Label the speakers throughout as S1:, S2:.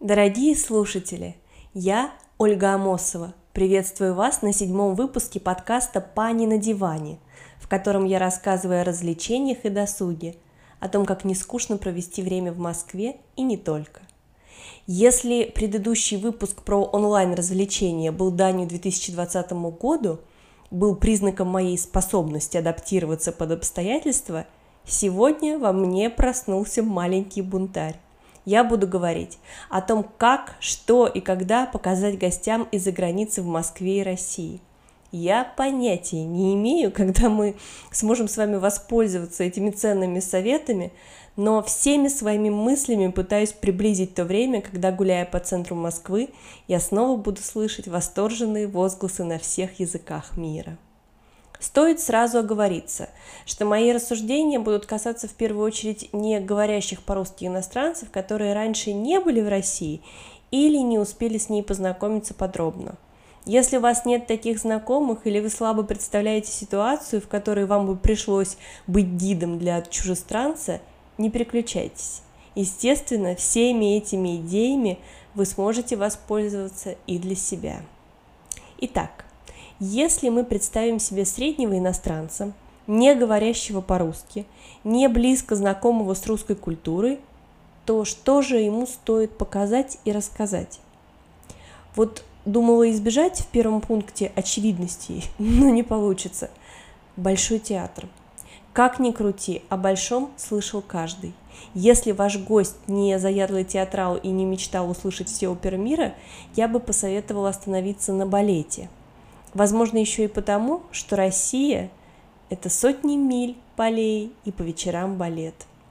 S1: Дорогие слушатели, я Ольга Амосова. Приветствую вас на 7-м выпуске подкаста «Пани на диване», в котором я рассказываю о развлечениях и досуге, о том, как не скучно провести время в Москве и не только. Если предыдущий выпуск про онлайн-развлечения был данью 2020 году, был признаком моей способности адаптироваться под обстоятельства, сегодня во мне проснулся маленький бунтарь. Я буду говорить о том, как, что и когда показать гостям из-за границы в Москве и России. Я понятия не имею, когда мы сможем с вами воспользоваться этими ценными советами, но всеми своими мыслями пытаюсь приблизить то время, когда, гуляя по центру Москвы, я снова буду слышать восторженные возгласы на всех языках мира. Стоит сразу оговориться, что мои рассуждения будут касаться в первую очередь не говорящих по-русски иностранцев, которые раньше не были в России или не успели с ней познакомиться подробно. Если у вас нет таких знакомых или вы слабо представляете ситуацию, в которой вам бы пришлось быть гидом для чужестранца, не переключайтесь. Естественно, всеми этими идеями вы сможете воспользоваться и для себя. Итак, если мы представим себе среднего иностранца, не говорящего по-русски, не близко знакомого с русской культурой, то что же ему стоит показать и рассказать? Вот думала избежать в первом пункте очевидностей, но не получится. Большой театр. Как ни крути, о большом слышал каждый. Если ваш гость не заядлый театрал и не мечтал услышать все оперы мира, я бы посоветовала остановиться на балете. Возможно, еще и потому, что Россия – это сотни миль полей и по вечерам балет.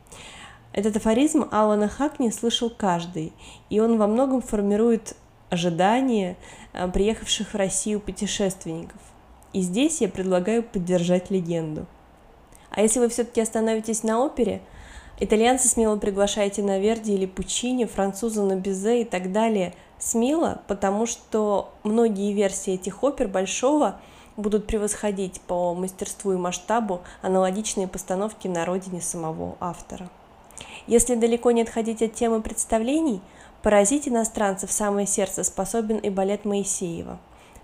S1: Этот афоризм Алана Хакни слышал каждый, и он во многом формирует ожидания приехавших в Россию путешественников. И здесь я предлагаю поддержать легенду. А если вы все-таки остановитесь на опере, итальянца смело приглашайте на Верди или Пуччини, француза на Бизе и так далее. Смело, потому что многие версии этих опер Большого будут превосходить по мастерству и масштабу аналогичные постановки на родине самого автора. Если далеко не отходить от темы представлений, поразить иностранцев в самое сердце способен и балет Моисеева.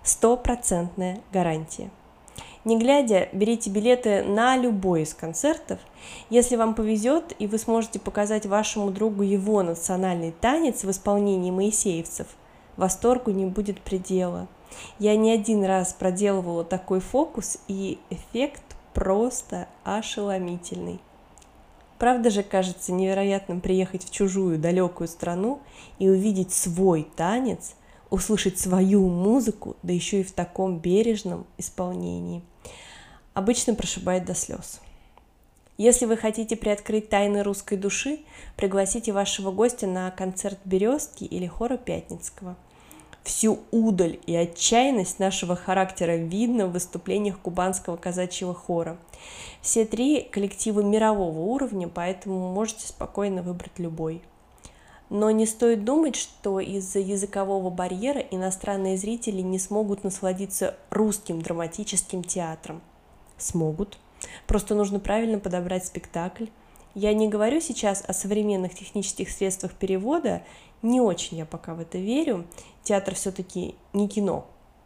S1: 100% гарантия. Не глядя, берите билеты на любой из концертов. Если вам повезет, и вы сможете показать вашему другу его национальный танец в исполнении моисеевцев, восторгу не будет предела. Я не один раз проделывала такой фокус, и эффект просто ошеломительный. Правда же кажется невероятным приехать в чужую далекую страну и увидеть свой танец, услышать свою музыку, да еще и в таком бережном исполнении. Обычно прошибает до слез. Если вы хотите приоткрыть тайны русской души, пригласите вашего гостя на концерт «Березки» или хора Пятницкого. Всю удаль и отчаянность нашего характера видно в выступлениях кубанского казачьего хора. Все три коллективы мирового уровня, поэтому можете спокойно выбрать любой. Но не стоит думать, что из-за языкового барьера иностранные зрители не смогут насладиться русским драматическим театром. Смогут. Просто нужно правильно подобрать спектакль. Я не говорю сейчас о современных технических средствах перевода, не очень я пока в это верю. Театр все-таки не кино.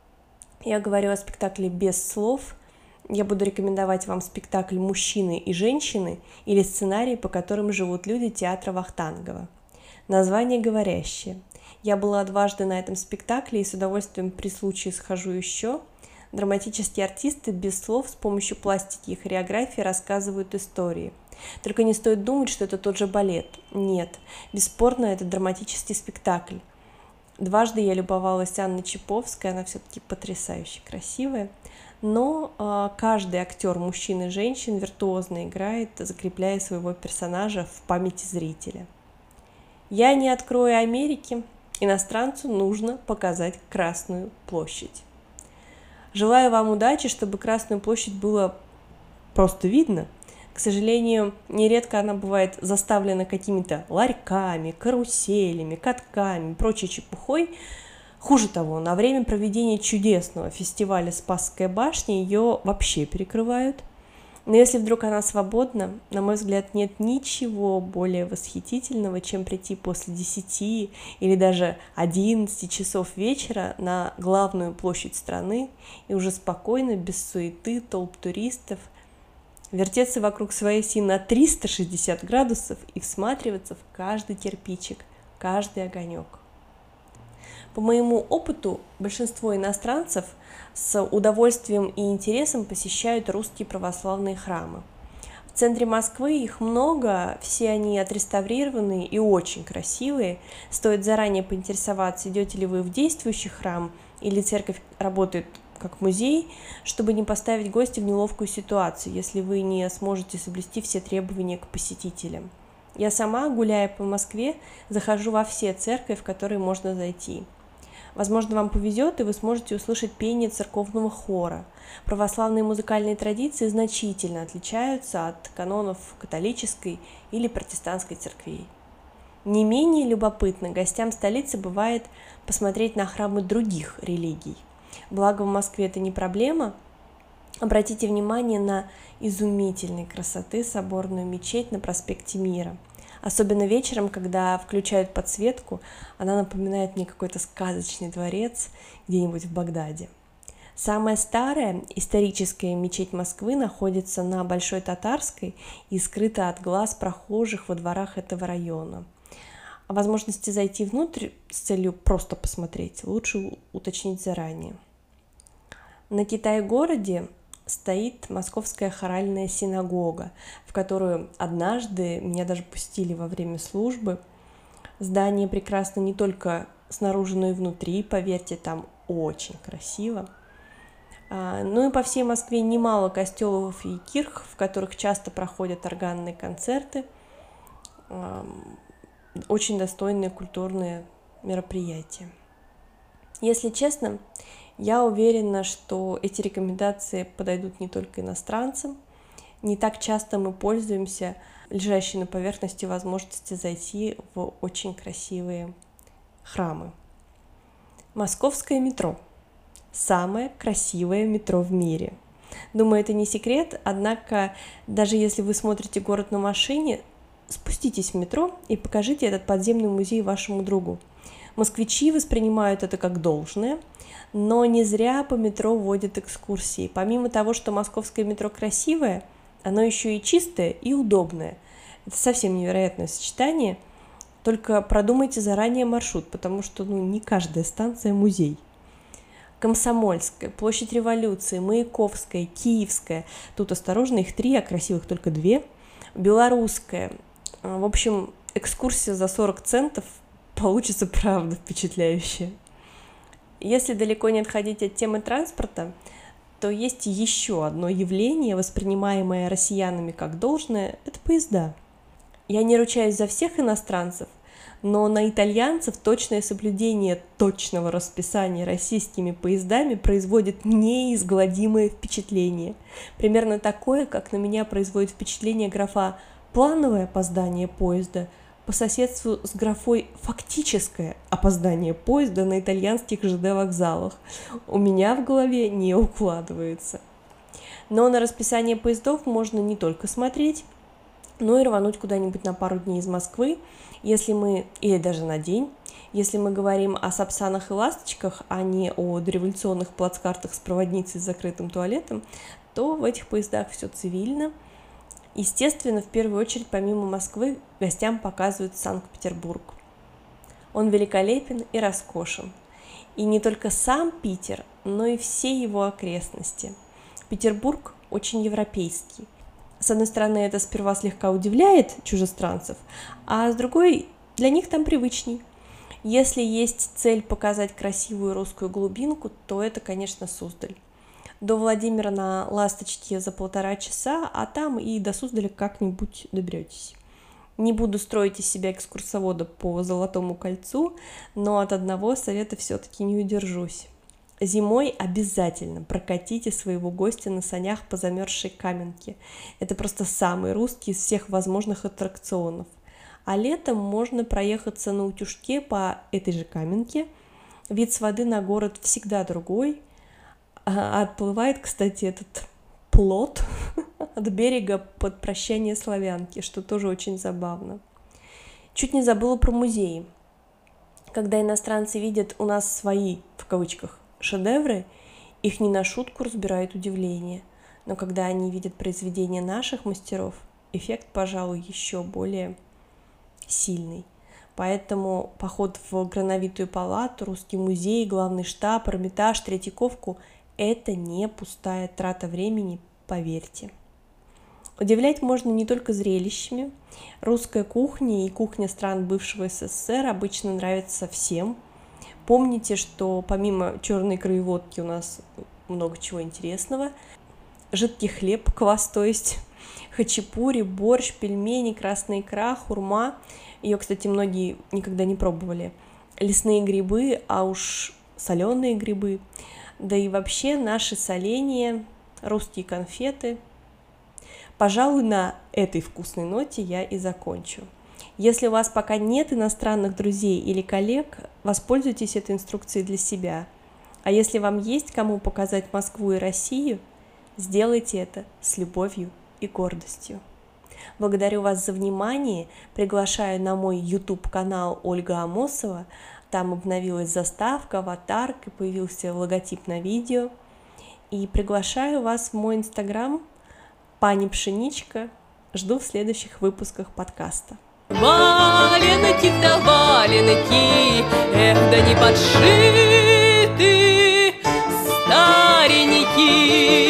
S1: Я говорю о спектакле без слов. Я буду рекомендовать вам спектакль «Мужчины и женщины» или сценарий, по которым живут люди театра Вахтангова. Название говорящее. Я была дважды на этом спектакле и с удовольствием при случае схожу еще. Драматические артисты без слов с помощью пластики и хореографии рассказывают истории. Только не стоит думать, что это тот же балет. Нет, бесспорно, это драматический спектакль. Дважды я любовалась Анной Чиповской, она все-таки потрясающе красивая. Но каждый актер, мужчин и женщин, виртуозно играет, закрепляя своего персонажа в памяти зрителя. Я не открою Америки, иностранцу нужно показать Красную площадь. Желаю вам удачи, чтобы Красную площадь было просто видно. К сожалению, нередко она бывает заставлена какими-то ларьками, каруселями, катками и прочей чепухой. Хуже того, на время проведения чудесного фестиваля Спасская башня ее вообще перекрывают. Но если вдруг она свободна, на мой взгляд, нет ничего более восхитительного, чем прийти после 10 или даже 11 часов вечера на главную площадь страны и уже спокойно, без суеты, толп туристов, вертеться вокруг своей оси на 360 градусов и всматриваться в каждый кирпичик, каждый огонек. По моему опыту, большинство иностранцев с удовольствием и интересом посещают русские православные храмы. В центре Москвы их много, все они отреставрированные и очень красивые. Стоит заранее поинтересоваться, идете ли вы в действующий храм или церковь работает как музей, чтобы не поставить гостя в неловкую ситуацию, если вы не сможете соблюсти все требования к посетителям. Я сама, гуляя по Москве, захожу во все церкви, в которые можно зайти. Возможно, вам повезет, и вы сможете услышать пение церковного хора. Православные музыкальные традиции значительно отличаются от канонов католической или протестантской церквей. Не менее любопытно гостям столицы бывает посмотреть на храмы других религий. Благо в Москве это не проблема. Обратите внимание на изумительной красоты соборную мечеть на проспекте Мира. Особенно вечером, когда включают подсветку, она напоминает мне какой-то сказочный дворец где-нибудь в Багдаде. Самая старая историческая мечеть Москвы находится на Большой Татарской и скрыта от глаз прохожих во дворах этого района. О возможности зайти внутрь с целью просто посмотреть лучше уточнить заранее. На Китай-городе стоит Московская хоральная синагога, в которую однажды меня даже пустили во время службы. Здание прекрасно не только снаружи, но и внутри, поверьте, там очень красиво. Ну и по всей Москве немало костелов и кирх, в которых часто проходят органные концерты, очень достойные культурные мероприятия. Если честно, я уверена, что эти рекомендации подойдут не только иностранцам. Не так часто мы пользуемся лежащей на поверхности возможностью зайти в очень красивые храмы. Московское метро. Самое красивое метро в мире. Думаю, это не секрет, однако даже если вы смотрите город на машине, спуститесь в метро и покажите этот подземный музей вашему другу. Москвичи воспринимают это как должное, но не зря по метро водят экскурсии. Помимо того, что московское метро красивое, оно еще и чистое и удобное. Это совсем невероятное сочетание. Только продумайте заранее маршрут, потому что не каждая станция музей. Комсомольская, Площадь Революции, Маяковская, Киевская. Тут осторожно, их 3, а красивых только 2. Белорусская. В общем, экскурсия за 40 центов получится, правда, впечатляющая. Если далеко не отходить от темы транспорта, то есть еще одно явление, воспринимаемое россиянами как должное – это поезда. Я не ручаюсь за всех иностранцев, но на итальянцев точное соблюдение точного расписания российскими поездами производит неизгладимое впечатление. Примерно такое, как на меня производит впечатление графа «плановое опоздание поезда» по соседству с графой «фактическое опоздание поезда» на итальянских ЖД-вокзалах. У меня в голове не укладывается. Но на расписание поездов можно не только смотреть, но и рвануть куда-нибудь на пару дней из Москвы, или даже на день. Если мы говорим о сапсанах и ласточках, а не о дореволюционных плацкартах с проводницей с закрытым туалетом, то в этих поездах все цивильно. Естественно, в первую очередь, помимо Москвы, гостям показывают Санкт-Петербург. Он великолепен и роскошен. И не только сам Питер, но и все его окрестности. Петербург очень европейский. С одной стороны, это сперва слегка удивляет чужестранцев, а с другой, для них там привычней. Если есть цель показать красивую русскую глубинку, то это, конечно, Суздаль. До Владимира на «Ласточке» за 1,5 часа, а там и до Суздаля как-нибудь доберетесь. Не буду строить из себя экскурсовода по Золотому кольцу, но от одного совета все-таки не удержусь. Зимой обязательно прокатите своего гостя на санях по замерзшей Каменке. Это просто самый русский из всех возможных аттракционов. А летом можно проехаться на утюжке по этой же Каменке. Вид с воды на город всегда другой. А отплывает, кстати, этот плот от берега под прощание славянки, что тоже очень забавно. Чуть не забыла про музеи. Когда иностранцы видят у нас свои, в кавычках, шедевры, их не на шутку разбирает удивление. Но когда они видят произведения наших мастеров, эффект, пожалуй, еще более сильный. Поэтому поход в Грановитую палату, Русский музей, Главный штаб, Эрмитаж, Третьяковку – это не пустая трата времени, поверьте. Удивлять можно не только зрелищами. Русская кухня и кухня стран бывшего СССР обычно нравится всем. Помните, что помимо черной икры и водки у нас много чего интересного. Жидкий хлеб, квас, то есть хачапури, борщ, пельмени, красная икра, хурма. Ее, кстати, многие никогда не пробовали. Лесные грибы, а уж соленые грибы. Да и вообще наши соленья, русские конфеты. Пожалуй, на этой вкусной ноте я и закончу. Если у вас пока нет иностранных друзей или коллег, воспользуйтесь этой инструкцией для себя. А если вам есть кому показать Москву и Россию, сделайте это с любовью и гордостью. Благодарю вас за внимание, приглашаю на мой YouTube-канал Ольга Амосова, там обновилась заставка, аватарка, появился логотип на видео. И приглашаю вас в мой Инстаграм Пани Пшеничка. Жду в следующих выпусках подкаста.
S2: Валенки да валенки, эх, да не подшиты старенькие.